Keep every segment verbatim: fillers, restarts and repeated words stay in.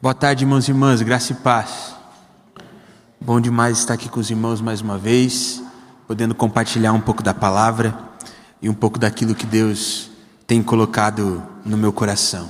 Boa tarde, irmãos e irmãs, graça e paz. Bom demais estar aqui com os irmãos mais uma vez, podendo compartilhar um pouco da palavra e um pouco daquilo que Deus tem colocado no meu coração.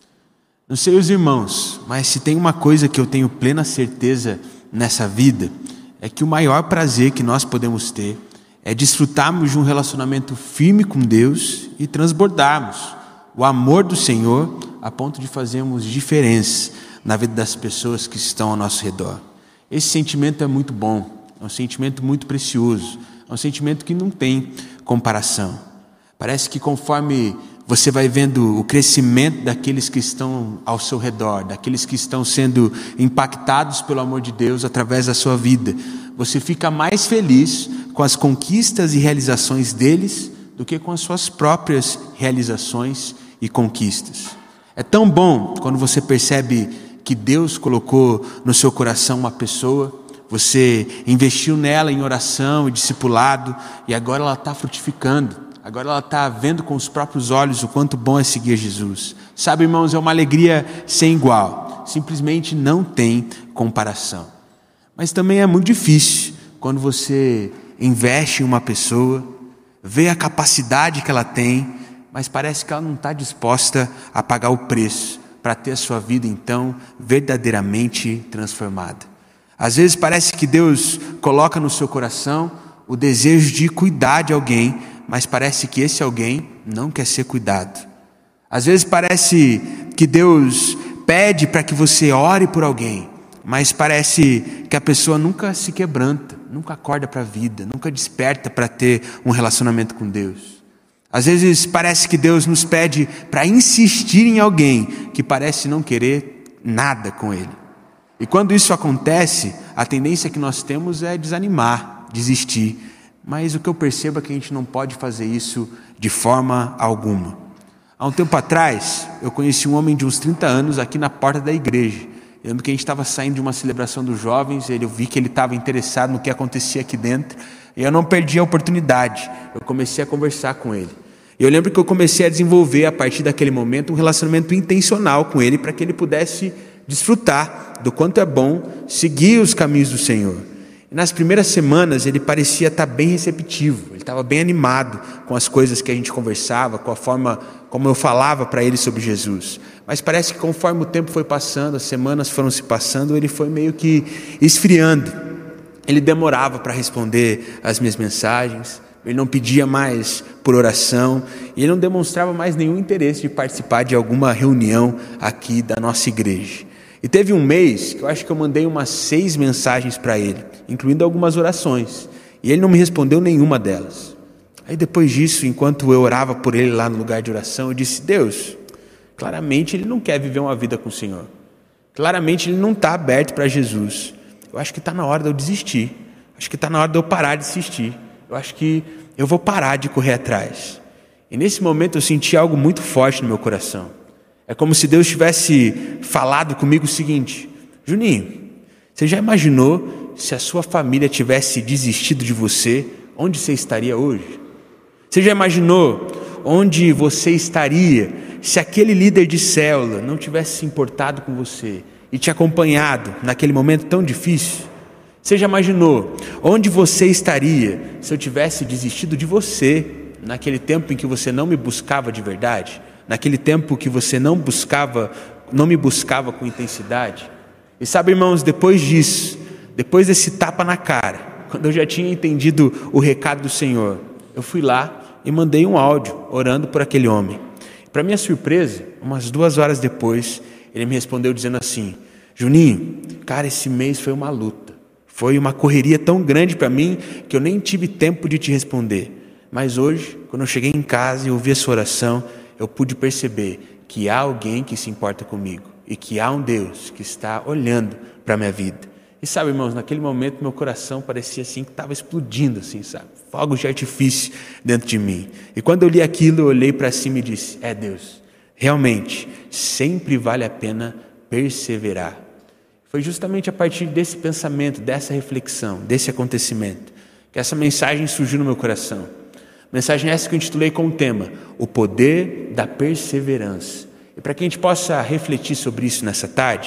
Não sei os irmãos, mas se tem uma coisa que eu tenho plena certeza nessa vida, é que o maior prazer que nós podemos ter é desfrutarmos de um relacionamento firme com Deus e transbordarmos o amor do Senhor a ponto de fazermos diferença na vida das pessoas que estão ao nosso redor. Esse sentimento é muito bom, é um sentimento muito precioso, é um sentimento que não tem comparação. Parece que conforme você vai vendo o crescimento daqueles que estão ao seu redor, daqueles que estão sendo impactados pelo amor de Deus através da sua vida, você fica mais feliz com as conquistas e realizações deles do que com as suas próprias realizações e conquistas. É tão bom quando você percebe que Deus colocou no seu coração uma pessoa, você investiu nela em oração e discipulado, e agora ela está frutificando, agora ela está vendo com os próprios olhos o quanto bom é seguir Jesus. Sabe, irmãos, é uma alegria sem igual, simplesmente não tem comparação. Mas também é muito difícil quando você investe em uma pessoa, vê a capacidade que ela tem, mas parece que ela não está disposta a pagar o preço para ter a sua vida, então, verdadeiramente transformada. Às vezes parece que Deus coloca no seu coração o desejo de cuidar de alguém, mas parece que esse alguém não quer ser cuidado. Às vezes parece que Deus pede para que você ore por alguém, mas parece que a pessoa nunca se quebranta, nunca acorda para a vida, nunca desperta para ter um relacionamento com Deus. Às vezes parece que Deus nos pede para insistir em alguém que parece não querer nada com Ele. E quando isso acontece, a tendência que nós temos é desanimar, desistir. Mas o que eu percebo é que a gente não pode fazer isso de forma alguma. Há um tempo atrás, eu conheci um homem de uns trinta anos aqui na porta da igreja. Eu lembro que a gente estava saindo de uma celebração dos jovens, eu vi que ele estava interessado no que acontecia aqui dentro, e eu não perdi a oportunidade. Eu comecei a conversar com ele. Eu lembro que eu comecei a desenvolver, a partir daquele momento, um relacionamento intencional com ele, para que ele pudesse desfrutar do quanto é bom seguir os caminhos do Senhor. E nas primeiras semanas ele parecia estar bem receptivo, ele estava bem animado com as coisas que a gente conversava, com a forma como eu falava para ele sobre Jesus. Mas parece que conforme o tempo foi passando, as semanas foram se passando, ele foi meio que esfriando. Ele demorava para responder as minhas mensagens, ele não pedia mais por oração, e ele não demonstrava mais nenhum interesse de participar de alguma reunião aqui da nossa igreja. E teve um mês que eu acho que eu mandei umas seis mensagens para ele, incluindo algumas orações, e ele não me respondeu nenhuma delas. Aí depois disso, enquanto eu orava por ele lá no lugar de oração, eu disse: Deus, claramente ele não quer viver uma vida com o Senhor, claramente ele não está aberto para Jesus. Eu acho que está na hora de eu desistir, acho que está na hora de eu parar de insistir, eu acho que eu vou parar de correr atrás. E nesse momento eu senti algo muito forte no meu coração. É como se Deus tivesse falado comigo o seguinte: Juninho, você já imaginou se a sua família tivesse desistido de você, onde você estaria hoje? Você já imaginou onde você estaria se aquele líder de célula não tivesse se importado com você e te acompanhado naquele momento tão difícil? Você já imaginou onde você estaria se eu tivesse desistido de você naquele tempo em que você não me buscava de verdade? Naquele tempo que você não buscava, não me buscava com intensidade? E sabe, irmãos, depois disso, depois desse tapa na cara, quando eu já tinha entendido o recado do Senhor, eu fui lá e mandei um áudio orando por aquele homem. Para minha surpresa, umas duas horas depois, ele me respondeu dizendo assim: Juninho, cara, esse mês foi uma luta. Foi uma correria tão grande para mim que eu nem tive tempo de te responder. Mas hoje, quando eu cheguei em casa e ouvi a sua oração, eu pude perceber que há alguém que se importa comigo e que há um Deus que está olhando para a minha vida. E sabe, irmãos, naquele momento meu coração parecia assim que estava explodindo, assim, sabe? Fogos de artifício dentro de mim. E quando eu li aquilo, eu olhei para cima e disse: é Deus, realmente, sempre vale a pena perseverar. Foi justamente a partir desse pensamento, dessa reflexão, desse acontecimento, que essa mensagem surgiu no meu coração. Mensagem essa que eu intitulei com o tema: o poder da perseverança. E para que a gente possa refletir sobre isso nessa tarde,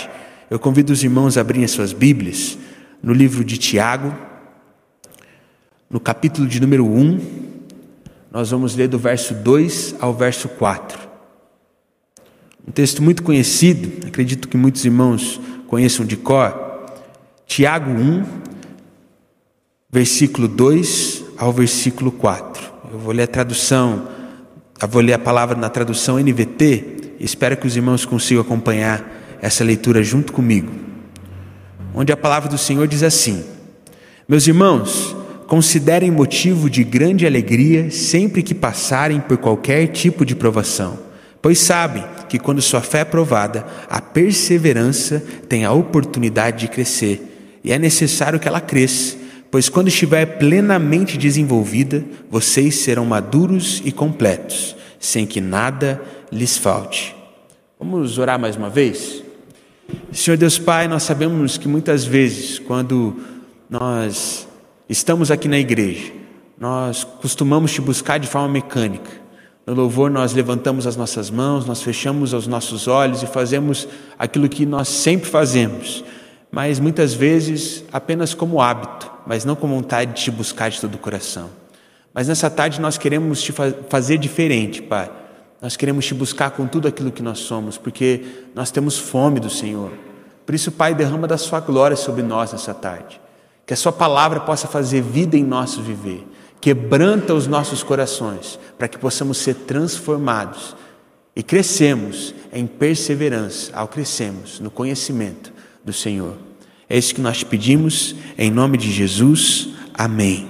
Eu convido os irmãos a abrirem as suas Bíblias no livro de Tiago, no capítulo de número um, nós vamos ler do verso dois ao verso quatro. Um texto muito conhecido, acredito que muitos irmãos conheçam de cor. Tiago um, versículo dois ao versículo quatro. Eu vou ler a tradução, eu vou ler a palavra na tradução N V T, e espero que os irmãos consigam acompanhar essa leitura junto comigo. Onde a palavra do Senhor diz assim: Meus irmãos, considerem motivo de grande alegria sempre que passarem por qualquer tipo de provação, pois sabem que quando sua fé é provada, a perseverança tem a oportunidade de crescer, e é necessário que ela cresça, pois quando estiver plenamente desenvolvida, vocês serão maduros e completos, sem que nada lhes falte. Vamos orar mais uma vez? Senhor Deus Pai, nós sabemos que muitas vezes, quando nós estamos aqui na igreja, nós costumamos te buscar de forma mecânica. No louvor nós levantamos as nossas mãos, nós fechamos os nossos olhos e fazemos aquilo que nós sempre fazemos, mas muitas vezes apenas como hábito, mas não com vontade de te buscar de todo o coração. Mas nessa tarde nós queremos te fa- fazer diferente, Pai. Nós queremos te buscar com tudo aquilo que nós somos, porque nós temos fome do Senhor. Por isso, Pai, derrama da sua glória sobre nós nessa tarde. Que a sua palavra possa fazer vida em nosso viver. Quebranta os nossos corações, para que possamos ser transformados e crescemos em perseverança ao crescermos no conhecimento do Senhor. É isso que nós te pedimos, em nome de Jesus. Amém.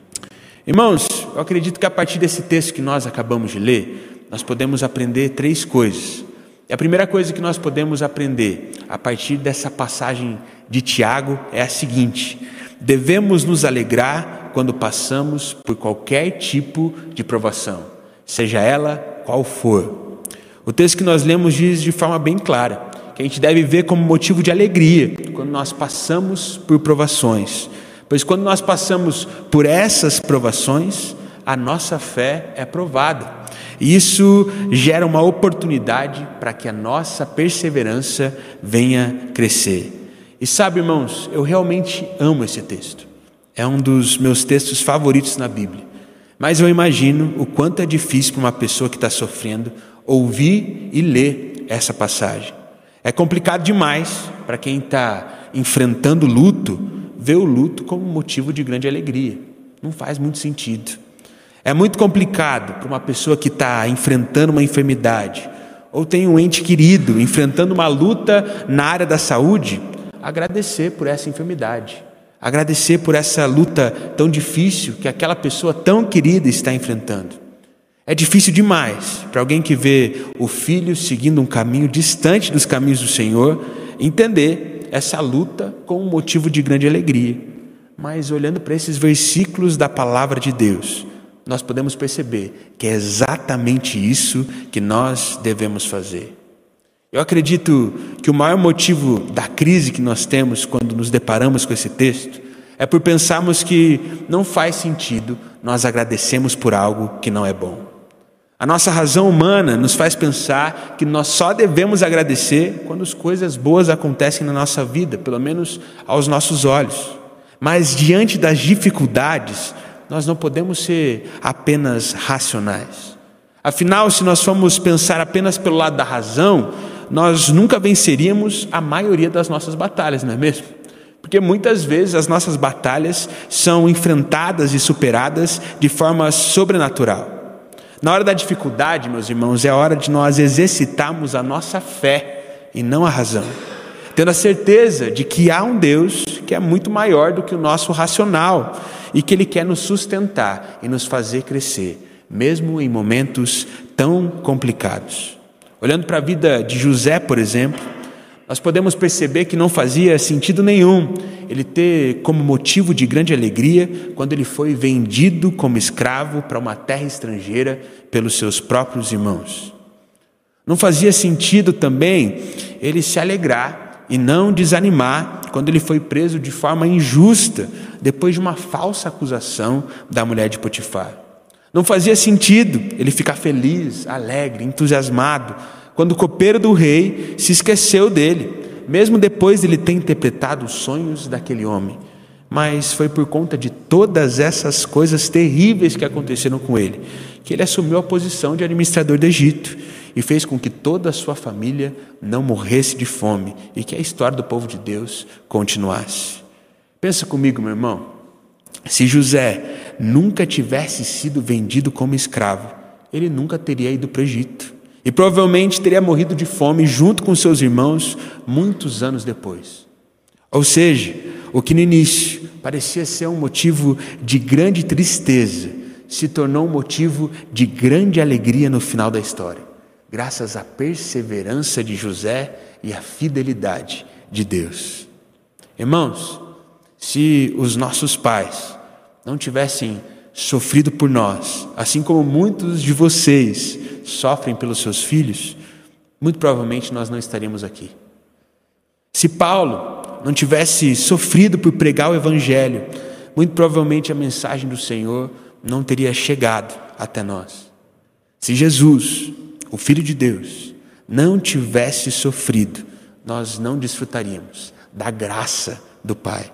Irmãos, eu acredito que a partir desse texto que nós acabamos de ler, nós podemos aprender três coisas. E a primeira coisa que nós podemos aprender a partir dessa passagem de Tiago é a seguinte: devemos nos alegrar quando passamos por qualquer tipo de provação, seja ela qual for. O texto que nós lemos diz de forma bem clara que a gente deve ver como motivo de alegria quando nós passamos por provações, pois quando nós passamos por essas provações, a nossa fé é provada. E isso gera uma oportunidade para que a nossa perseverança venha crescer. E sabe, irmãos, eu realmente amo esse texto. É um dos meus textos favoritos na Bíblia. Mas eu imagino o quanto é difícil para uma pessoa que está sofrendo ouvir e ler essa passagem. É complicado demais para quem está enfrentando luto, ver o luto como motivo de grande alegria. Não faz muito sentido. É muito complicado para uma pessoa que está enfrentando uma enfermidade, ou tem um ente querido enfrentando uma luta na área da saúde, agradecer por essa enfermidade, agradecer por essa luta tão difícil que aquela pessoa tão querida está enfrentando. É difícil demais para alguém que vê o filho seguindo um caminho distante dos caminhos do Senhor, entender essa luta como um motivo de grande alegria. Mas olhando para esses versículos da palavra de Deus, nós podemos perceber que é exatamente isso que nós devemos fazer. Eu acredito que o maior motivo da crise que nós temos quando nos deparamos com esse texto é por pensarmos que não faz sentido nós agradecermos por algo que não é bom. A nossa razão humana nos faz pensar que nós só devemos agradecer quando as coisas boas acontecem na nossa vida, pelo menos aos nossos olhos. Mas diante das dificuldades, nós não podemos ser apenas racionais. Afinal, se nós formos pensar apenas pelo lado da razão, nós nunca venceríamos a maioria das nossas batalhas, não é mesmo? Porque muitas vezes as nossas batalhas são enfrentadas e superadas de forma sobrenatural. Na hora da dificuldade, meus irmãos, é a hora de nós exercitarmos a nossa fé e não a razão, tendo a certeza de que há um Deus que é muito maior do que o nosso racional e que Ele quer nos sustentar e nos fazer crescer, mesmo em momentos tão complicados. Olhando para a vida de José, por exemplo, nós podemos perceber que não fazia sentido nenhum ele ter como motivo de grande alegria quando ele foi vendido como escravo para uma terra estrangeira pelos seus próprios irmãos. Não fazia sentido também ele se alegrar e não desanimar quando ele foi preso de forma injusta depois de uma falsa acusação da mulher de Potifar. Não fazia sentido ele ficar feliz, alegre, entusiasmado quando o copeiro do rei se esqueceu dele, mesmo depois de ele ter interpretado os sonhos daquele homem. Mas foi por conta de todas essas coisas terríveis que aconteceram com ele, que ele assumiu a posição de administrador do Egito e fez com que toda a sua família não morresse de fome e que a história do povo de Deus continuasse. Pensa comigo, meu irmão, se José nunca tivesse sido vendido como escravo, ele nunca teria ido para o Egito e provavelmente teria morrido de fome junto com seus irmãos muitos anos depois. Ou seja, o que no início parecia ser um motivo de grande tristeza, se tornou um motivo de grande alegria no final da história, graças à perseverança de José e à fidelidade de Deus. Irmãos, se os nossos pais não tivessem sofrido por nós, assim como muitos de vocês sofrem pelos seus filhos, muito provavelmente nós não estaríamos aqui. Se Paulo não tivesse sofrido por pregar o Evangelho, muito provavelmente a mensagem do Senhor não teria chegado até nós. Se Jesus, o Filho de Deus, não tivesse sofrido, nós não desfrutaríamos da graça do Pai.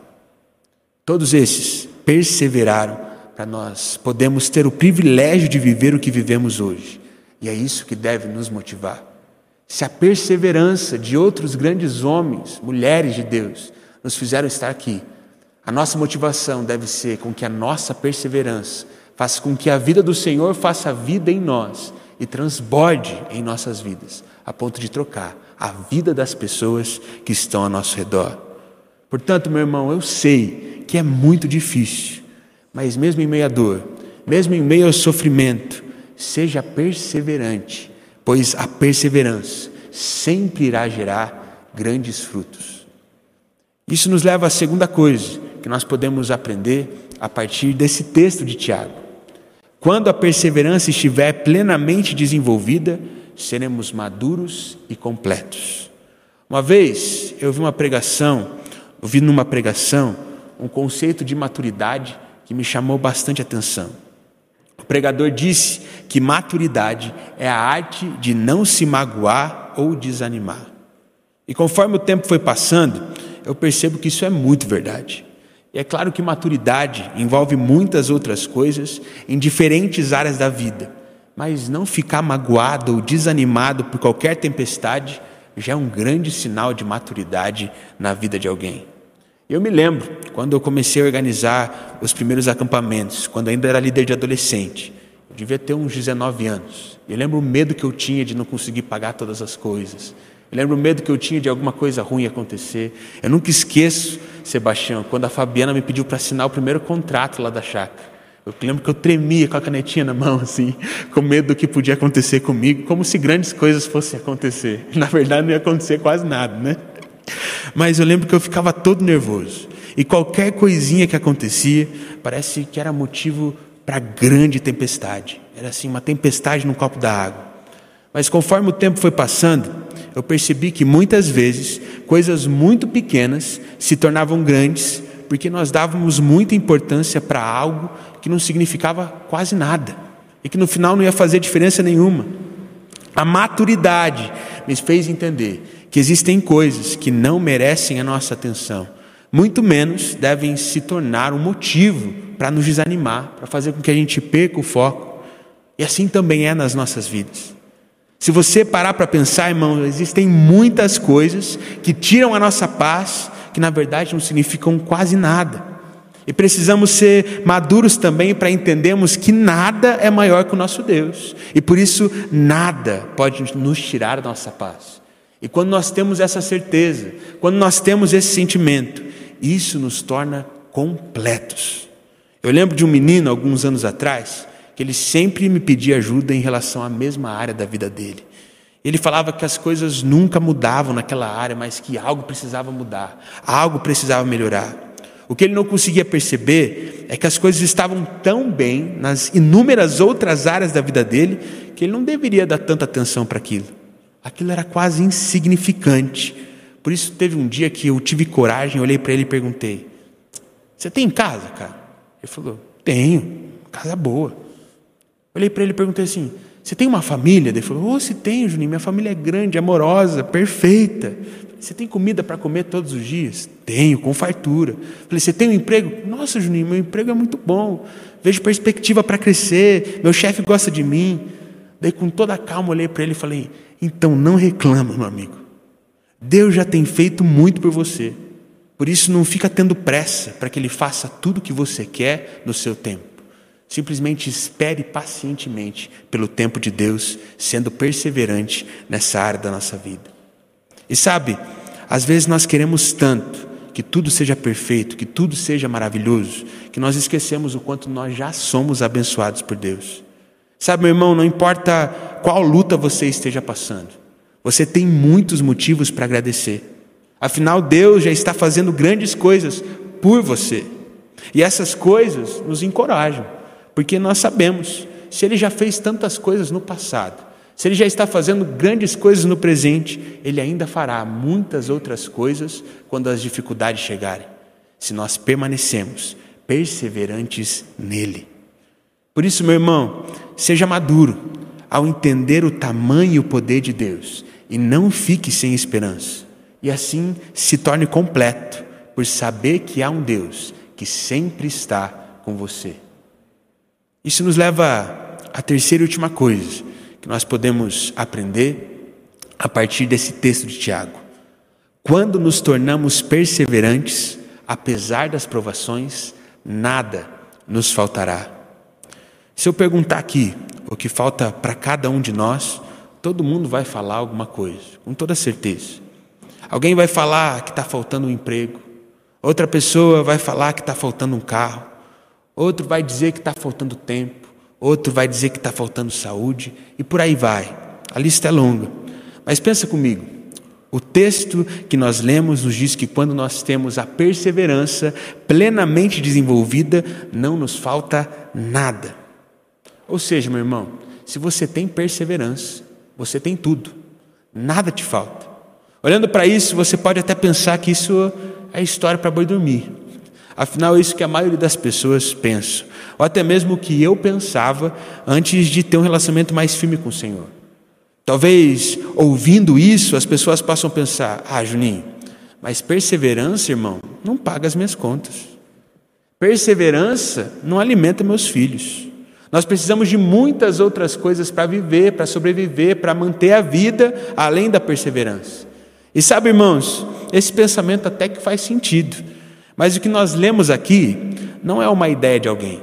Todos esses perseveraram para nós podermos ter o privilégio de viver o que vivemos hoje. E é isso que deve nos motivar. Se a perseverança de outros grandes homens, mulheres de Deus, nos fizeram estar aqui, a nossa motivação deve ser com que a nossa perseverança faça com que a vida do Senhor faça vida em nós e transborde em nossas vidas, a ponto de trocar a vida das pessoas que estão ao nosso redor. Portanto, meu irmão, eu sei que é muito difícil, mas mesmo em meio à dor, mesmo em meio ao sofrimento, seja perseverante, pois a perseverança sempre irá gerar grandes frutos. Isso nos leva à segunda coisa que nós podemos aprender a partir desse texto de Tiago. Quando a perseverança estiver plenamente desenvolvida, seremos maduros e completos. Uma vez eu vi uma pregação, ouvi numa pregação um conceito de maturidade que me chamou bastante atenção. O pregador disse que maturidade é a arte de não se magoar ou desanimar. E conforme o tempo foi passando, eu percebo que isso é muito verdade. E é claro que maturidade envolve muitas outras coisas em diferentes áreas da vida, mas não ficar magoado ou desanimado por qualquer tempestade já é um grande sinal de maturidade na vida de alguém. Eu me lembro, quando eu comecei a organizar os primeiros acampamentos, quando ainda era líder de adolescente, eu devia ter uns dezenove anos. Eu lembro o medo que eu tinha de não conseguir pagar todas as coisas. Eu lembro o medo que eu tinha de alguma coisa ruim acontecer. Eu nunca esqueço, Sebastião, quando a Fabiana me pediu para assinar o primeiro contrato lá da chácara. Eu lembro que eu tremia com a canetinha na mão, assim, com medo do que podia acontecer comigo, como se grandes coisas fossem acontecer. Na verdade, não ia acontecer quase nada, né? Mas eu lembro que eu ficava todo nervoso. E qualquer coisinha que acontecia, parece que era motivo para grande tempestade. Era assim, uma tempestade num copo d'água. Mas conforme o tempo foi passando, eu percebi que muitas vezes, coisas muito pequenas se tornavam grandes, porque nós dávamos muita importância para algo que não significava quase nada. E que no final não ia fazer diferença nenhuma. A maturidade me fez entender que existem coisas que não merecem a nossa atenção, muito menos devem se tornar um motivo para nos desanimar, para fazer com que a gente perca o foco. E assim também é nas nossas vidas. Se você parar para pensar, irmão, existem muitas coisas que tiram a nossa paz, que na verdade não significam quase nada. E precisamos ser maduros também para entendermos que nada é maior que o nosso Deus. E por isso nada pode nos tirar a nossa paz. E quando nós temos essa certeza, quando nós temos esse sentimento, isso nos torna completos. Eu lembro de um menino, alguns anos atrás, que ele sempre me pedia ajuda em relação à mesma área da vida dele. Ele falava que as coisas nunca mudavam naquela área, mas que algo precisava mudar, algo precisava melhorar. O que ele não conseguia perceber é que as coisas estavam tão bem nas inúmeras outras áreas da vida dele, que ele não deveria dar tanta atenção para aquilo. Aquilo era quase insignificante. Por isso teve um dia que eu tive coragem, olhei para ele e perguntei: você tem casa, cara? Ele falou: tenho, casa boa. Olhei para ele e perguntei assim: Você tem uma família? Ele falou, oh, se tenho, Juninho, minha família é grande, amorosa, perfeita. Você tem comida para comer todos os dias? Tenho, com fartura. Falei, você tem um emprego? Nossa, Juninho, meu emprego é muito bom. Vejo perspectiva para crescer, meu chefe gosta de mim. Daí com toda a calma olhei para ele e falei, então não reclama, meu amigo. Deus já tem feito muito por você. Por isso não fica tendo pressa para que Ele faça tudo o que você quer no seu tempo. Simplesmente espere pacientemente pelo tempo de Deus, sendo perseverante nessa área da nossa vida. E sabe, às vezes nós queremos tanto que tudo seja perfeito, que tudo seja maravilhoso, que nós esquecemos o quanto nós já somos abençoados por Deus. Sabe, meu irmão, não importa qual luta você esteja passando, você tem muitos motivos para agradecer. Afinal, Deus já está fazendo grandes coisas por você. E essas coisas nos encorajam, porque nós sabemos, se Ele já fez tantas coisas no passado, se Ele já está fazendo grandes coisas no presente, Ele ainda fará muitas outras coisas quando as dificuldades chegarem, se nós permanecemos perseverantes nele. Por isso, meu irmão, seja maduro ao entender o tamanho e o poder de Deus e não fique sem esperança. E assim se torne completo por saber que há um Deus que sempre está com você. Isso nos leva à terceira e última coisa que nós podemos aprender a partir desse texto de Tiago. Quando nos tornamos perseverantes, apesar das provações, nada nos faltará. Se eu perguntar aqui o que falta para cada um de nós, todo mundo vai falar alguma coisa, com toda certeza. Alguém vai falar que está faltando um emprego, outra pessoa vai falar que está faltando um carro, outro vai dizer que está faltando tempo, outro vai dizer que está faltando saúde, e por aí vai. A lista é longa. Mas pensa comigo, o texto que nós lemos nos diz que quando nós temos a perseverança plenamente desenvolvida, não nos falta nada. Ou seja, meu irmão, se você tem perseverança, você tem tudo, nada te falta. Olhando para isso, você pode até pensar que isso é história para boi dormir. Afinal, é isso que a maioria das pessoas pensa, ou até mesmo o que eu pensava antes de ter um relacionamento mais firme com o Senhor. Talvez, ouvindo isso, as pessoas possam pensar, ah, Juninho, mas perseverança, irmão, não paga as minhas contas. Perseverança não alimenta meus filhos. Nós precisamos de muitas outras coisas para viver, para sobreviver, para manter a vida além da perseverança. E sabe, irmãos, esse pensamento até que faz sentido. Mas o que nós lemos aqui não é uma ideia de alguém.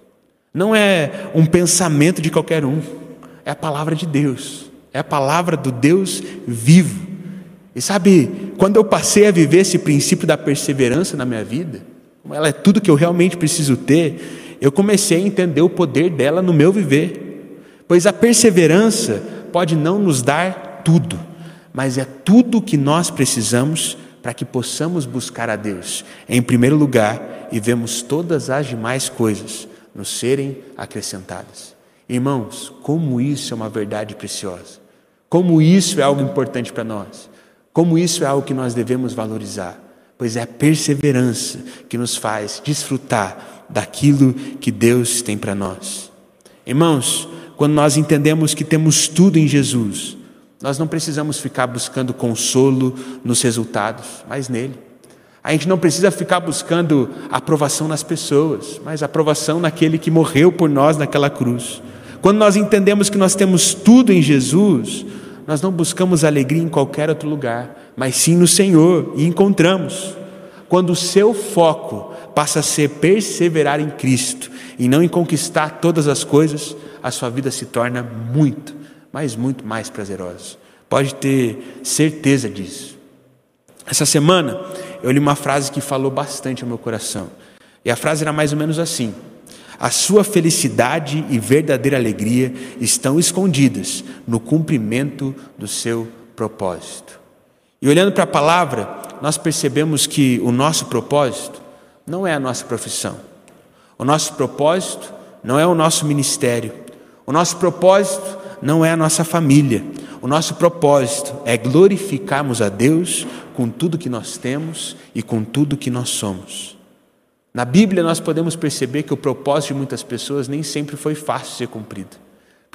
Não é um pensamento de qualquer um. É a palavra de Deus. É a palavra do Deus vivo. E sabe, quando eu passei a viver esse princípio da perseverança na minha vida, como ela é tudo que eu realmente preciso ter, eu comecei a entender o poder dela no meu viver. Pois a perseverança pode não nos dar tudo, mas é tudo o que nós precisamos para que possamos buscar a Deus em primeiro lugar e vemos todas as demais coisas nos serem acrescentadas. Irmãos, como isso é uma verdade preciosa, como isso é algo importante para nós, como isso é algo que nós devemos valorizar, pois é a perseverança que nos faz desfrutar daquilo que Deus tem para nós. Irmãos, quando nós entendemos que temos tudo em Jesus, nós não precisamos ficar buscando consolo nos resultados, mas nele. A gente não precisa ficar buscando aprovação nas pessoas, mas aprovação naquele que morreu por nós naquela cruz. Quando nós entendemos que nós temos tudo em Jesus, nós não buscamos alegria em qualquer outro lugar, mas sim no Senhor, e encontramos. Quando o seu foco passa a ser perseverar em Cristo e não em conquistar todas as coisas, a sua vida se torna muito, mas muito mais prazerosa. Pode ter certeza disso. Essa semana eu li uma frase que falou bastante ao meu coração. E a frase era mais ou menos assim: a sua felicidade e verdadeira alegria estão escondidas no cumprimento do seu propósito. E olhando para a palavra, nós percebemos que o nosso propósito não é a nossa profissão. O nosso propósito não é o nosso ministério. O nosso propósito não é a nossa família. O nosso propósito é glorificarmos a Deus com tudo que nós temos e com tudo que nós somos. Na Bíblia nós podemos perceber que o propósito de muitas pessoas nem sempre foi fácil de ser cumprido.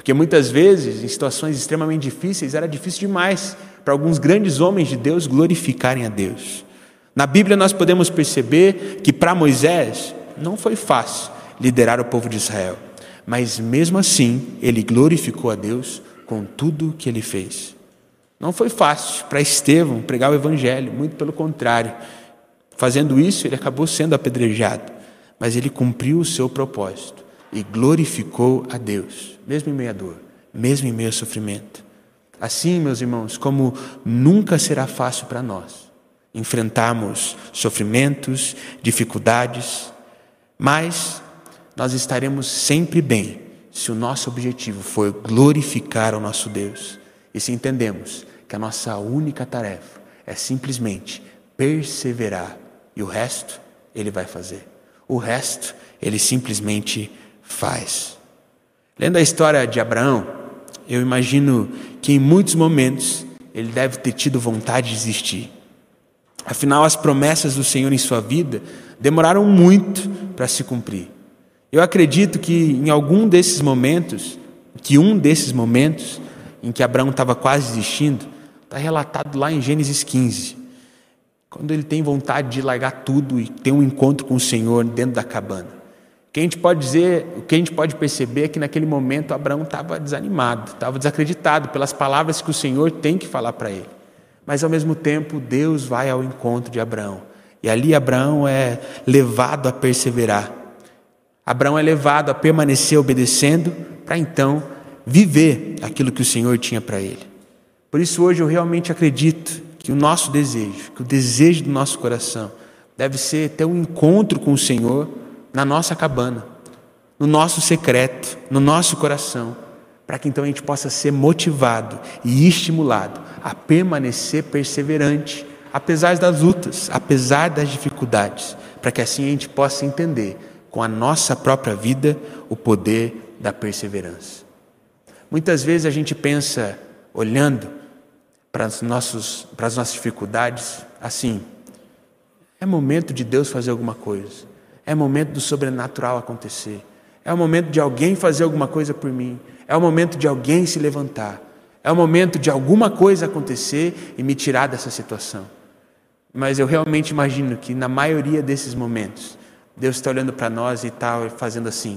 Porque muitas vezes, em situações extremamente difíceis, era difícil demais para alguns grandes homens de Deus glorificarem a Deus. Na Bíblia nós podemos perceber que para Moisés não foi fácil liderar o povo de Israel, mas mesmo assim ele glorificou a Deus com tudo que ele fez. Não foi fácil para Estevão pregar o evangelho, muito pelo contrário. Fazendo isso, ele acabou sendo apedrejado, mas ele cumpriu o seu propósito e glorificou a Deus, mesmo em meio à dor, mesmo em meio ao sofrimento. Assim, meus irmãos, como nunca será fácil para nós enfrentarmos sofrimentos, dificuldades, mas nós estaremos sempre bem se o nosso objetivo for glorificar o nosso Deus e se entendemos que a nossa única tarefa é simplesmente perseverar e o resto ele vai fazer. O resto ele simplesmente faz. Lendo a história de Abraão, eu imagino que em muitos momentos ele deve ter tido vontade de desistir. Afinal, as promessas do Senhor em sua vida demoraram muito para se cumprir. Eu acredito que em algum desses momentos, que um desses momentos em que Abraão estava quase desistindo, está relatado lá em Gênesis quinze, quando ele tem vontade de largar tudo e ter um encontro com o Senhor dentro da cabana. O que a gente pode dizer, o que a gente pode perceber é que naquele momento Abraão estava desanimado, estava desacreditado pelas palavras que o Senhor tem que falar para ele. Mas ao mesmo tempo Deus vai ao encontro de Abraão. E ali Abraão é levado a perseverar. Abraão é levado a permanecer obedecendo para então viver aquilo que o Senhor tinha para ele. Por isso hoje eu realmente acredito que o nosso desejo, que o desejo do nosso coração deve ser ter um encontro com o Senhor na nossa cabana, no nosso secreto, no nosso coração, para que então a gente possa ser motivado e estimulado a permanecer perseverante, apesar das lutas, apesar das dificuldades, para que assim a gente possa entender com a nossa própria vida o poder da perseverança. Muitas vezes a gente pensa, olhando para, os nossos, para as nossas dificuldades, assim, é momento de Deus fazer alguma coisa, é momento do sobrenatural acontecer, é o momento de alguém fazer alguma coisa por mim, é o momento de alguém se levantar, é o momento de alguma coisa acontecer e me tirar dessa situação. Mas eu realmente imagino que na maioria desses momentos, Deus está olhando para nós e está fazendo assim,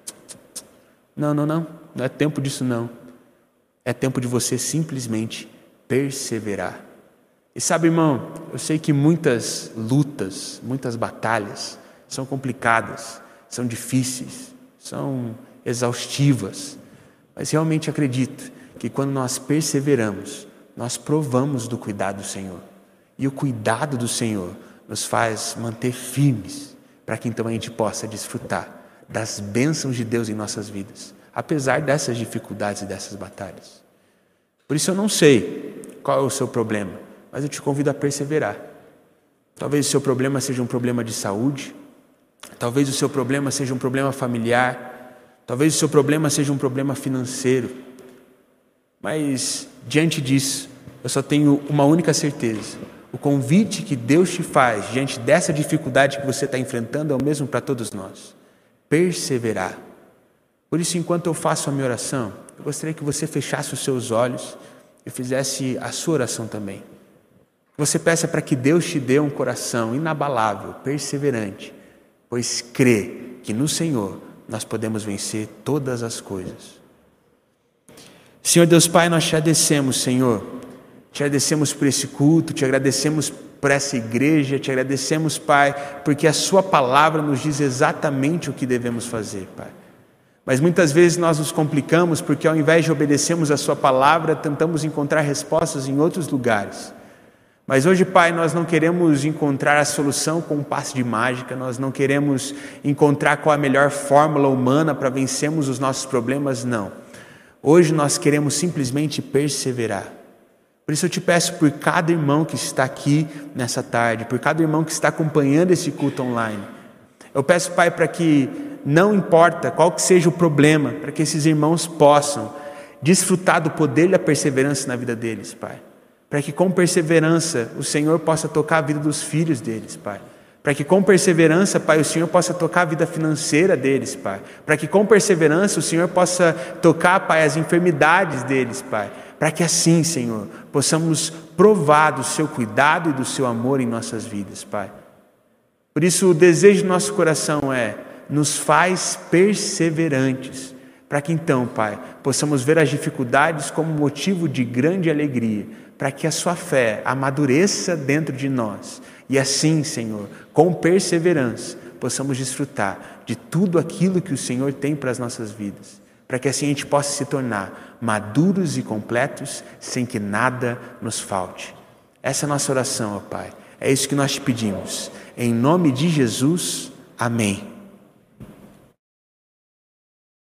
não, não, não, não é tempo disso não, é tempo de você simplesmente perseverar. E sabe, irmão, eu sei que muitas lutas, muitas batalhas são complicadas, são difíceis, são exaustivas, mas realmente acredito que quando nós perseveramos, nós provamos do cuidado do Senhor. E o cuidado do Senhor nos faz manter firmes, para que então a gente possa desfrutar das bênçãos de Deus em nossas vidas, apesar dessas dificuldades e dessas batalhas. Por isso eu não sei qual é o seu problema, mas eu te convido a perseverar. Talvez o seu problema seja um problema de saúde, talvez o seu problema seja um problema familiar, talvez o seu problema seja um problema financeiro, mas diante disso, eu só tenho uma única certeza: o convite que Deus te faz diante dessa dificuldade que você está enfrentando é o mesmo para todos nós: perseverar. Por isso, enquanto eu faço a minha oração, eu gostaria que você fechasse os seus olhos e fizesse a sua oração também. Você peça para que Deus te dê um coração inabalável, perseverante, pois crê que no Senhor nós podemos vencer todas as coisas. Senhor Deus Pai, nós te agradecemos, Senhor, te agradecemos por esse culto, te agradecemos por essa igreja, te agradecemos, Pai, porque a sua palavra nos diz exatamente o que devemos fazer, Pai. Mas muitas vezes nós nos complicamos porque ao invés de obedecermos a sua palavra, tentamos encontrar respostas em outros lugares. Mas hoje, Pai, nós não queremos encontrar a solução com um passe de mágica, nós não queremos encontrar qual a melhor fórmula humana para vencermos os nossos problemas, não. Hoje nós queremos simplesmente perseverar. Por isso eu te peço por cada irmão que está aqui nessa tarde, por cada irmão que está acompanhando esse culto online. Eu peço, Pai, para que não importa qual que seja o problema, para que esses irmãos possam desfrutar do poder da perseverança na vida deles, Pai. Para que com perseverança o Senhor possa tocar a vida dos filhos deles, Pai. Para que com perseverança, Pai, o Senhor possa tocar a vida financeira deles, Pai. Para que com perseverança o Senhor possa tocar, Pai, as enfermidades deles, Pai. Para que assim, Senhor, possamos provar do seu cuidado e do seu amor em nossas vidas, Pai. Por isso, o desejo do nosso coração é: nos faz perseverantes, para que então, Pai, possamos ver as dificuldades como motivo de grande alegria, para que a sua fé amadureça dentro de nós. E assim, Senhor, com perseverança, possamos desfrutar de tudo aquilo que o Senhor tem para as nossas vidas. Para que assim a gente possa se tornar maduros e completos, sem que nada nos falte. Essa é a nossa oração, ó Pai. É isso que nós te pedimos. Em nome de Jesus, amém.